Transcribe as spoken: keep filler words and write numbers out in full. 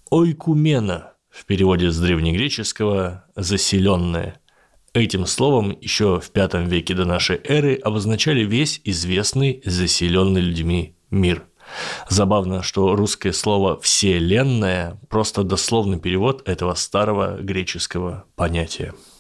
ойкумена, в переводе с древнегреческого «заселенная». Этим словом еще в пятом веке до нашей эры обозначали весь известный заселенный людьми мир. Забавно, что русское слово «вселенная» – просто дословный перевод этого старого греческого понятия.